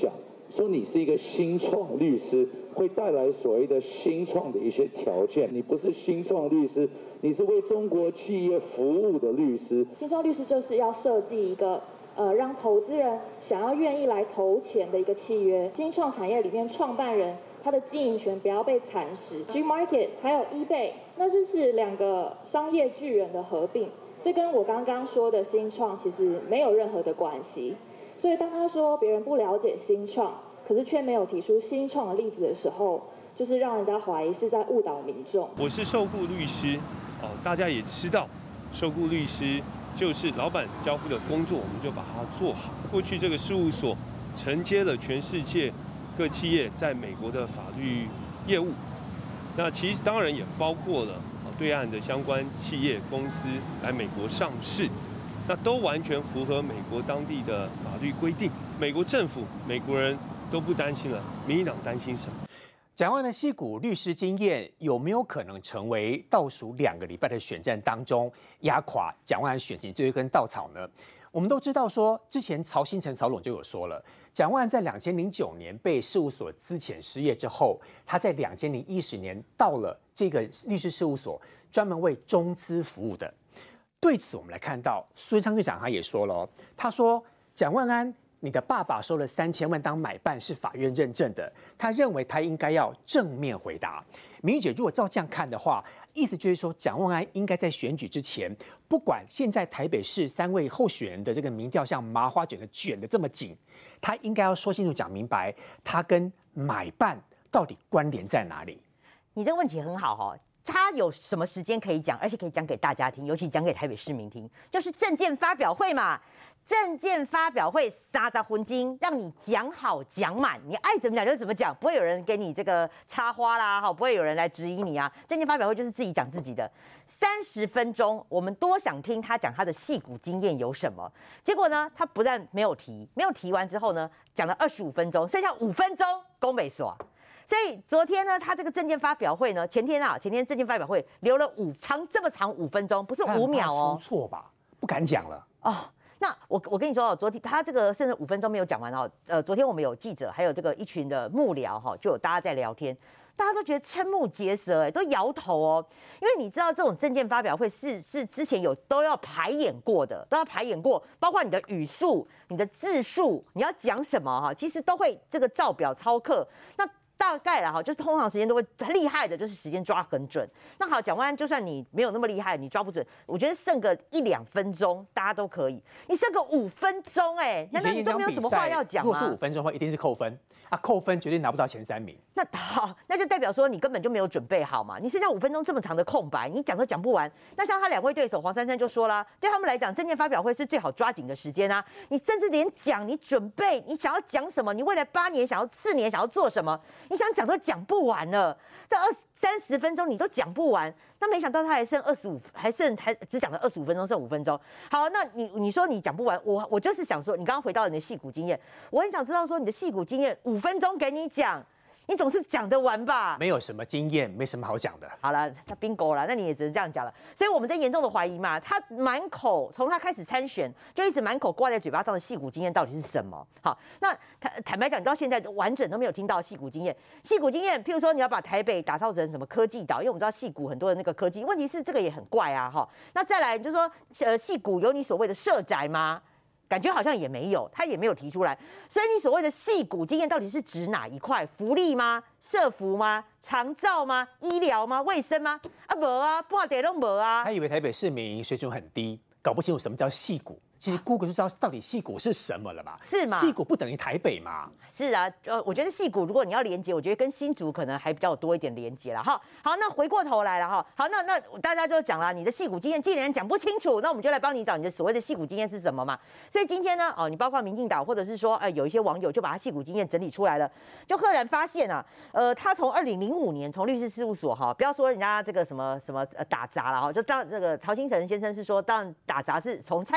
说你是一个新创律师，会带来所谓的新创的一些条件。你不是新创律师，你是为中国企业服务的律师。 新创律师就是要设计一个呃，让投资人想要愿意来投钱的一个契约。新创产业里面，创办人他的经营权不要被蚕食。G Market 还有 eBay， 那就是两个商业巨人的合并。这跟我刚刚说的新创其实没有任何的关系。所以当他说别人不了解新创，可是却没有提出新创的例子的时候，就是让人家怀疑是在误导民众。 我是受雇律师，哦，大家也知道，受雇律师就是老板交付的工作，我们就把它做好。过去这个事务所承接了全世界各企业在美国的法律业务，那其实当然也包括了对岸的相关企业公司来美国上市。那都完全符合美国当地的法律规定，美国政府、美国人都不担心了，民进党担心什么？ 蒋万安的矽谷律师经验有没有可能成为倒数两个礼拜的选战当中压垮蒋万安选情最后一根稻草呢？我们都知道说，之前曹新成曹总就有说了，蒋万安在两千零九年被事务所资遣失业之后，他在两千零一十年到了这个律师事务所，专门为中资服务的。对此，我们来看到苏贞昌院长他也说了、哦，他说蒋万安，你的爸爸收了三千万当买办是法院认证的，他认为他应该要正面回答。明玉姐，如果照这样看的话，意思就是说蒋万安应该在选举之前，不管现在台北市三位候选人的这个民调像麻花卷的卷的这么紧，他应该要说清楚讲明白，他跟买办到底关联在哪里？ 你这个问题很好哈、哦。他有什么时间可以讲，而且可以讲给大家听，尤其讲给台北市民听，就是政见发表会嘛。政见发表会撒杂混金，让你讲好讲满，你爱怎么讲就怎么讲，不会有人给你这个插花啦，哈，不会有人来质疑你啊。政见发表会就是自己讲自己的，三十分钟，我们多想听他讲他的矽谷经验有什么。结果呢，他不但没有提，没有提完之后呢，讲了二十五分钟，剩下五分钟宫北耍。所以昨天呢，他这个政见发表会呢，前天啊，前天政见发表会留了五长这么长五分钟，不是五秒哦， 出错吧？不敢讲了哦。那我我跟你说哦，昨天他这个甚至五分钟没有讲完哦。呃，昨天我们有记者，还有这个一群的幕僚哈，就有大家在聊天，大家都觉得瞠目结舌，哎，都摇头哦。因为你知道这种政见发表会是是之前有都要排演过的，都要排演过，包括你的语速、你的字数，你要讲什么哈，其实都会这个照表操课。那大概啦哈，就是通常时间都会厉害的，就是时间抓很准。那好，蒋万安就算你没有那么厉害，你抓不准，我觉得剩个一两分钟大家都可以。你剩个五分钟，哎，难道你都没有什么话要讲吗？ 如果是五分钟的话，一定是扣分啊，扣分绝对拿不到前三名。 那好，那就代表说你根本就没有准备好嘛。你剩下五分钟这么长的空白，你讲都讲不完。那像他两位对手黄珊珊就说啦，对他们来讲，政见发表会是最好抓紧的时间啊。你甚至连讲，你准备，你想要讲什么，你未来八年想要四年想要做什么，你想讲都讲不完了。这二三十分钟你都讲不完，那没想到他还剩二十五，还剩还只讲了二十五分钟，剩五分钟。好，那你你说你讲不完，我我就是想说，你刚刚回到你的矽谷经验，我很想知道说你的矽谷经验五分钟给你讲。你总是讲得完吧？ 没有什么经验，没什么好讲的。 好了，他 bingo 了，那你也只能这样讲了。所以我们在严重的怀疑嘛，他满口从他开始参选就一直满口挂在嘴巴上的矽谷经验到底是什么？好，那坦坦白讲，你到现在完整都没有听到矽谷经验。矽谷经验，譬如说你要把台北打造成什么科技岛，因为我们知道矽谷很多的那个科技，问题是这个也很怪啊，哈。那再来就是说，呃，矽谷有你所谓的社宅吗？感觉好像也没有，他也没有提出来。所以你所谓的矽谷经验到底是指哪一块？福利吗？社福吗？长照吗？医疗吗？卫生吗？啊，没啊，半点都没啊。 他以为台北市民水准很低，搞不清楚什么叫矽谷。其实 Google 就知道到底矽谷是什么了吧？ 是吗？ 矽谷不等于台北嘛？ 是啊，呃，我觉得矽谷如果你要连接，我觉得跟新竹可能还比较多一点连接了哈。好，那回过头来了哈，好，那那大家就讲了，你的矽谷经验既然讲不清楚，那我们就来帮你找你的所谓的矽谷经验是什么嘛。所以今天呢，哦，你包括民进党或者是说，呃，有一些网友就把他矽谷经验整理出来了，就赫然发现啊，呃，他从二零零五年从律师事务所哈，不要说人家这个什么什么呃打杂了哈，就当这个曹新成先生是说，当打杂是从菜鸟时期。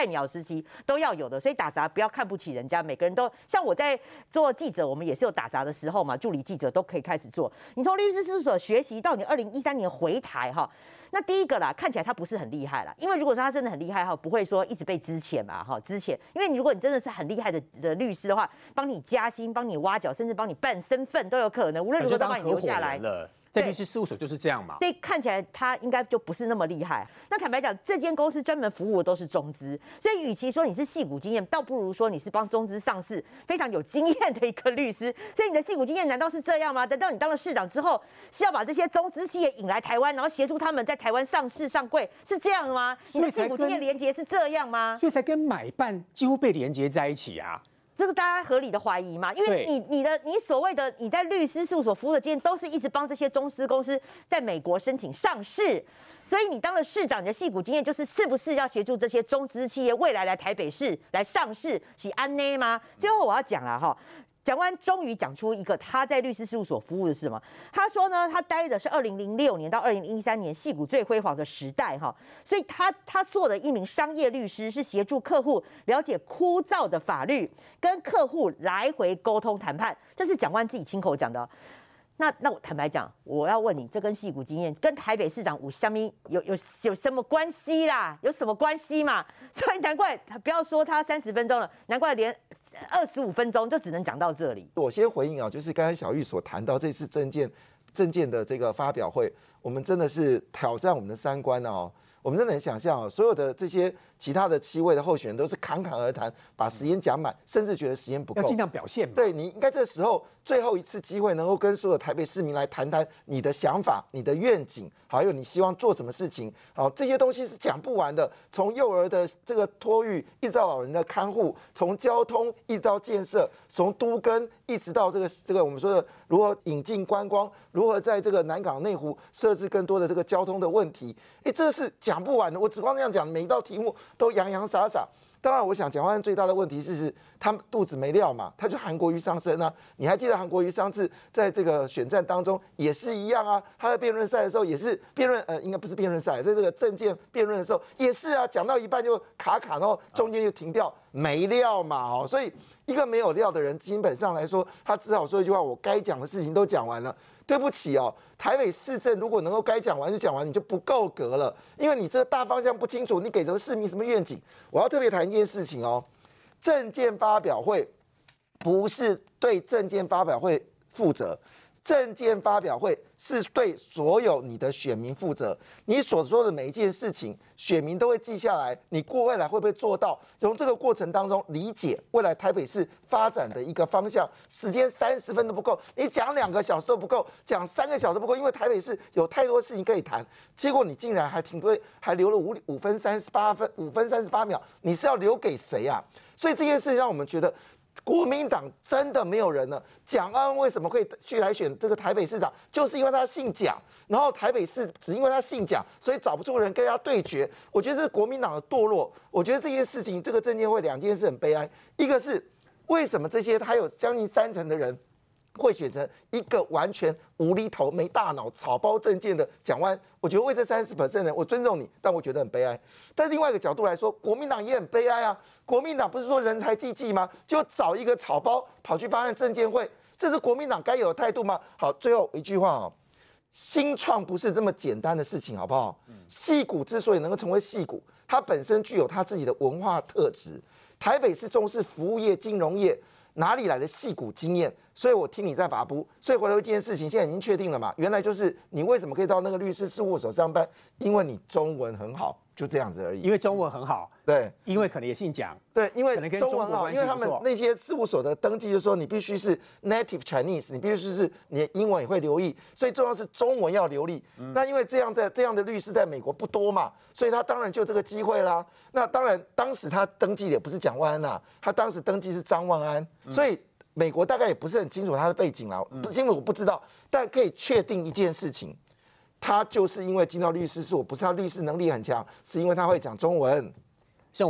西都要有的，所以打杂不要看不起人家，每个人都像我在做记者，我们也是有打杂的时候嘛，助理记者都可以开始做。你从律师事务所学习到你二零一三年回台哈，那第一个啦，看起来他不是很厉害啦，因为如果说他真的很厉害哈，不会说一直被资遣嘛哈，资遣，因为你如果你真的是很厉害的的律师的话，帮你加薪、帮你挖角，甚至帮你办身份都有可能，无论如何都把你留下来。 在律师事务所就是这样嘛， 所以看起来他应该就不是那么厉害。那坦白讲，这间公司专门服务的都是中资，所以与其说你是矽谷经验，倒不如说你是帮中资上市非常有经验的一个律师。所以你的矽谷经验难道是这样吗？等到你当了市长之后，是要把这些中资企业引来台湾，然后协助他们在台湾上市上柜，是这样吗？你的矽谷经验连结是这样吗？ 所以才跟买办几乎被连结在一起啊。 这个大家合理的怀疑嘛？因为你你的你所谓的你在律师事务所服务的经验，都是一直帮这些中资公司在美国申请上市，所以你当了市长，你的矽谷经验就是是不是要协助这些中资企业未来来台北市来上市，是安内吗？最后我要讲了哈。蒋万终于讲出一个他在律师事务所服务的是什么？他说呢，他待的是二零零六年到二零一三年矽谷最辉煌的时代哈，所以他他做的一名商业律师是协助客户了解枯燥的法律，跟客户来回沟通谈判，这是蒋万自己亲口讲的。那那我坦白讲，我要问你，这跟矽谷经验跟台北市长吴湘咪有有有什么关系啦？有什么关系嘛？所以难怪不要说他三十分钟了，难怪连二十五分钟就只能讲到这里。 我先回应啊，就是刚才小玉所谈到这次政见政见的这个发表会，我们真的是挑战我们的三观哦。我们真的很想象，所有的这些其他的七位的候选人都是侃侃而谈，把时间讲满，甚至觉得时间不够， 要尽量表现嘛。 对，你应该这时候最后一次机会，能够跟所有台北市民来谈谈你的想法、你的愿景，还有你希望做什么事情。好，这些东西是讲不完的。从幼儿的这个托育，一直到老人的看护，从交通一直到建设，从都更一直到这个这个我们说的如何引进观光，如何在这个南港内湖设置更多的这个交通的问题。哎，这是讲不完的。我只光这样讲，每一道题目都洋洋洒洒。当然，我想蒋万安最大的问题是是他肚子没料嘛，他就韩国瑜上身啊。你还记得韩国瑜上次在这个选战当中也是一样啊，他在辩论赛的时候也是辩论，呃，应该不是辩论赛，在这个政见辩论的时候也是啊，讲到一半就卡卡，然后中间就停掉，没料嘛，哦，所以一个没有料的人，基本上来说，他只好说一句话：我该讲的事情都讲完了。对不起哦，台北市政如果能够该讲完就讲完，你就不够格了，因为你这个大方向不清楚，你给这个市民什么愿景？我要特别谈一件事情哦，政见发表会不是对政见发表会负责。政见发表会是对所有你的选民负责，你所说的每一件事情，选民都会记下来。你过未来会不会做到？从这个过程当中理解未来台北市发展的一个方向。时间三十分都不够，你讲两个小时都不够，讲三个小时都不够，因为台北市有太多事情可以谈。结果你竟然还停对，还留了五五分三十八分，五分三十八秒，你是要留给谁啊？所以这件事让我们觉得。国民党真的没有人了。蒋万安为什么会去来选这个台北市长？就是因为他姓蒋，然后台北市只因为他姓蒋，所以找不出人跟他对决。我觉得这是国民党的堕落。我觉得这件事情，这个政见会两件事很悲哀。一个是为什么这些他有将近三成的人会选择一个完全无厘头、没大脑、草包政见的蒋万安？我觉得为这三十 percent 的人，我尊重你，但我觉得很悲哀。但另外一个角度来说，国民党也很悲哀啊。国民党不是说人才济济吗？就找一个草包跑去发案政见会，这是国民党该有的态度吗？好，最后一句话哦，新创不是这么简单的事情，好不好？矽谷之所以能够成为矽谷，它本身具有它自己的文化特质。台北是重视服务业、金融业。哪里来的矽谷经验？所以我听你在把布，所以回头一件事情，现在已经确定了嘛？原来就是你为什么可以到那个律师事务所上班？因为你中文很好，就这样子而已。 因为中文很好， 对， 因为可能也姓蒋， 对，因为中文好，因为他们那些事务所的登记就说你必须是 native Chinese， 你必须是你的英文也会流利，所以重要是中文要流利。嗯、那因为这样在这样的律师在美国不多嘛，所以他当然就这个机会啦。那当然，当时他登记的也不是蒋万安呐，他当时登记是张万安，嗯、所以。美国大概也不是很清楚他的背景啦，不清楚我不知道，但可以确定一件事情，他就是因为进到律师事务所，不是他律师能力很强，是因为他会讲中文。 盛文，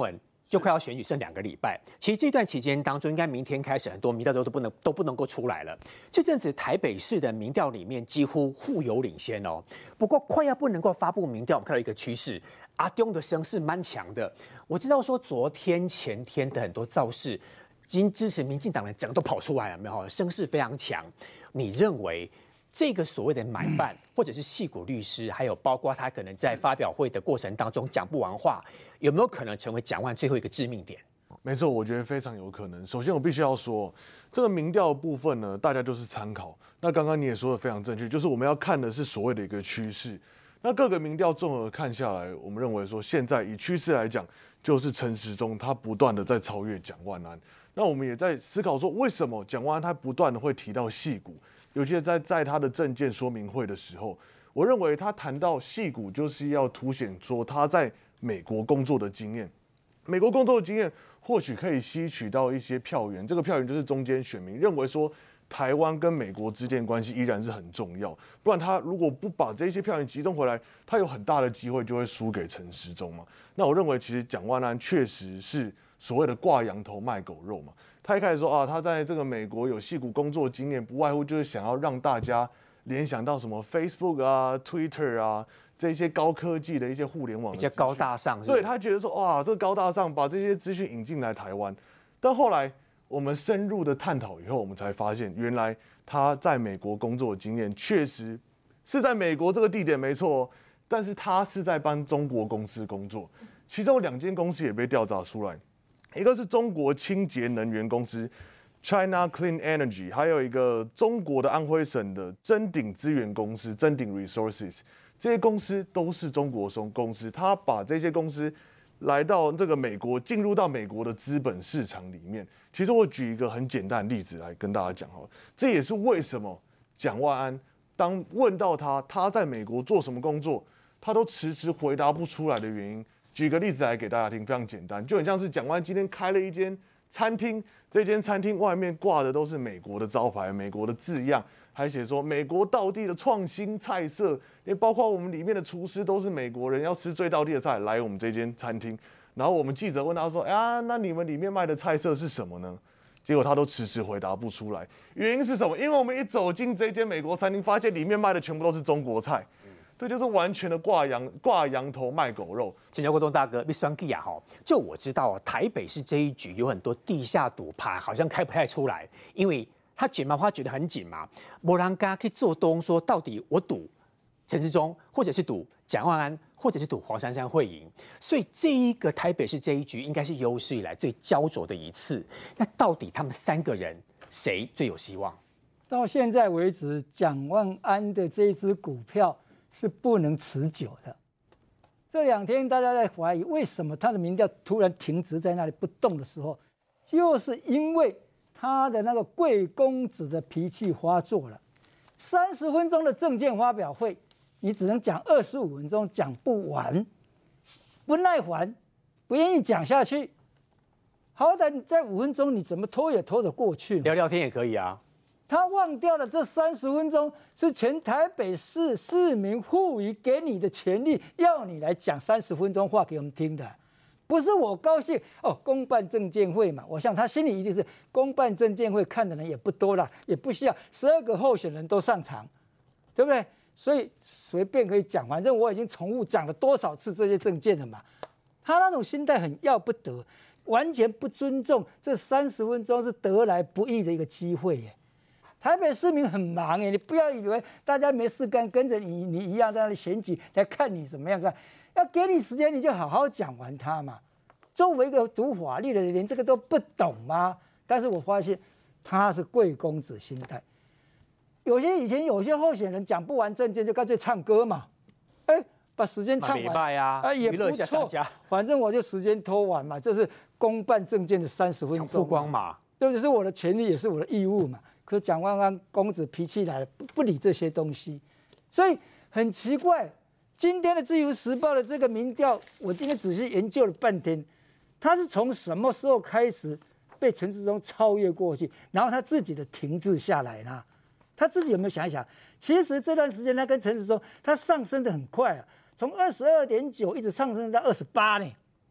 就快要选举剩两个礼拜，其实这段期间当中，应该明天开始，很多民调都都不能都不能够出来了。这阵子台北市的民调里面几乎互有领先哦。不过快要不能够发布民调，我们看到一个趋势，阿中的声势蛮强的。我知道说昨天前天的很多造势，经支持民进党的整个都跑出来了，没有？声势非常强。你认为？这个所谓的买办，或者是矽谷律师，还有包括他可能在发表会的过程当中讲不完话，有没有可能成为蒋万最后一个致命点？ 没错，我觉得非常有可能。首先，我必须要说，这个民调的部分呢，大家就是参考。那刚刚你也说的非常正确，就是我们要看的是所谓的一个趋势。那各个民调综合看下来，我们认为说，现在以趋势来讲，就是陈时中他不断的在超越蒋万安。那我们也在思考说，为什么蒋万安他不断的会提到矽谷？尤其是在在他的政见说明会的时候，我认为他谈到矽谷，就是要凸显说他在美国工作的经验。美国工作的经验或许可以吸取到一些票源，这个票源就是中间选民认为说台湾跟美国之间关系依然是很重要，不然他如果不把这些票源集中回来，他有很大的机会就会输给陈时中嘛。那我认为其实蒋万安确实是所谓的挂羊头卖狗肉嘛。他一开始说啊，他在这个美国有矽谷工作经验，不外乎就是想要让大家联想到什么 Facebook 啊、Twitter 啊这些高科技的一些互联网的比较高大上。 对，他觉得说哇，这个高大上，把这些资讯引进来台湾。但后来我们深入的探讨以后，我们才发现，原来他在美国工作的经验确实是在美国这个地点没错，但是他是在帮中国公司工作，其中两间公司也被调查出来。一个是中国清洁能源公司 China Clean Energy， 还有一个中国的安徽省的臻鼎资源公司臻鼎 Resources， 这些公司都是中国公司，他把这些公司来到这个美国，进入到美国的资本市场里面。其实我举一个很简单的例子来跟大家讲好了，这也是为什么蒋万安当问到他他在美国做什么工作，他都迟迟回答不出来的原因。举个例子来给大家听，非常简单，就很像是蒋万安今天开了一间餐厅，这间餐厅外面挂的都是美国的招牌、美国的字样，还写说美国道地的创新菜色，也包括我们里面的厨师都是美国人，要吃最道地的菜来我们这间餐厅。然后我们记者问他说：“哎呀，那你们里面卖的菜色是什么呢？”结果他都迟迟回答不出来，原因是什么？因为我们一走进这间美国餐厅，发现里面卖的全部都是中国菜。这就是完全的挂羊挂羊头卖狗肉。 请教国栋大哥，你算计啊哈？就我知道，台北市这一局有很多地下赌牌，好像开不太出来，因为他卷毛花卷得很紧嘛，没人敢去做东，说到底我赌陈时中，或者是赌蒋万安，或者是赌黄珊珊会赢，所以这一个台北市这一局应该是有史以来最焦灼的一次。那到底他们三个人谁最有希望？ 到现在为止，蒋万安的这一支股票是不能持久的。这两天大家在怀疑，为什么他的民调突然停止在那里不动的时候，就是因为他的那个贵公子的脾气发作了。三十分钟的政见发表会，你只能讲二十五分钟，讲不完，不耐烦，不愿意讲下去。好歹你在五分钟，你怎么拖也拖得过去？ 聊聊天也可以啊。 他忘掉了这三十分钟是全台北市市民赋予给你的权利，要你来讲三十分钟话给我们听的，不是我高兴哦。公办政见会嘛，我想他心里一定是公办政见会看的人也不多了，也不需要十二个候选人都上场，对不对？所以随便可以讲，反正我已经重复讲了多少次这些政见了嘛。他那种心态很要不得，完全不尊重这三十分钟是得来不易的一个机会耶。台北市民很忙哎，你不要以为大家没事干，跟着你你一样在那里选举来看你怎么样子，要给你时间你就好好讲完它嘛。作为一个读法律的人，连这个都不懂吗？但是我发现他是贵公子心态。有些以前有些候选人讲不完政见就干脆唱歌嘛，哎，把时间唱完啊， 啊也不错，反正我就时间拖完嘛，这是公办政见的三十分钟， 曝光嘛， 对不对？是我的权利，也是我的义务嘛。可蒋万安公子脾气来了，不不理这些东西，所以很奇怪。今天的《自由时报》的这个民调，我今天仔细研究了半天，他是从什么时候开始被陈时中超越过去，然后他自己的停滞下来呢？他自己有没有想一想？其实这段时间他跟陈时中，他上升的很快啊，从二十二点九一直上升到二十八呢。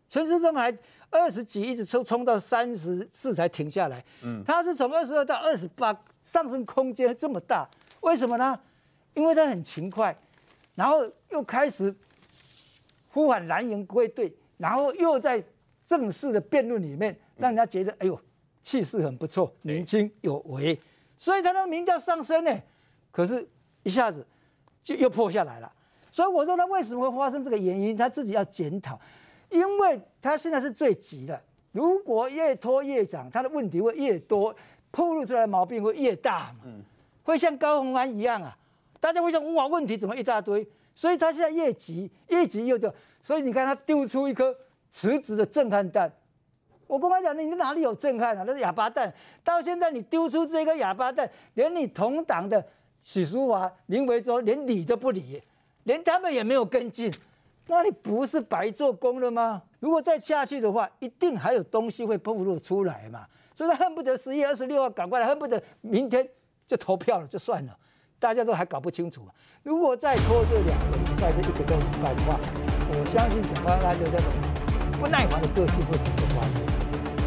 陈时中还二十几一直冲冲到三十四才停下来。嗯，他是从二十二到二十八，上升空间这么大，为什么呢？因为他很勤快，然后又开始呼喊蓝营归队，然后又在正式的辩论里面让人家觉得，哎呦，气势很不错，年轻有为，所以他的民调上升呢。可是，一下子就又破下来了。所以我说他为什么会发生这个原因，他自己要检讨，因为他现在是最急的。如果越拖越长，他的问题会越多，暴露出来的毛病会越大嘛，嗯、会像高虹安一样啊，大家会想哇，问题怎么一大堆？所以他现在越急，越急又就，所以你看他丢出一颗辞职的震撼弹。我跟他讲，你哪里有震撼啊？那是哑巴弹。到现在你丢出这个哑巴弹，连你同党的许淑华、林维洲连理都不理，连他们也没有跟进，那你不是白做工了吗？如果再下去的话，一定还有东西会暴露出来嘛。所以他恨不得十月二十六号赶快来，恨不得明天就投票了，就算了。大家都还搞不清楚嘛。如果再拖这两个礼拜、这一个多礼拜的话，我相信蒋万安的那种不耐烦的个性会自己发生。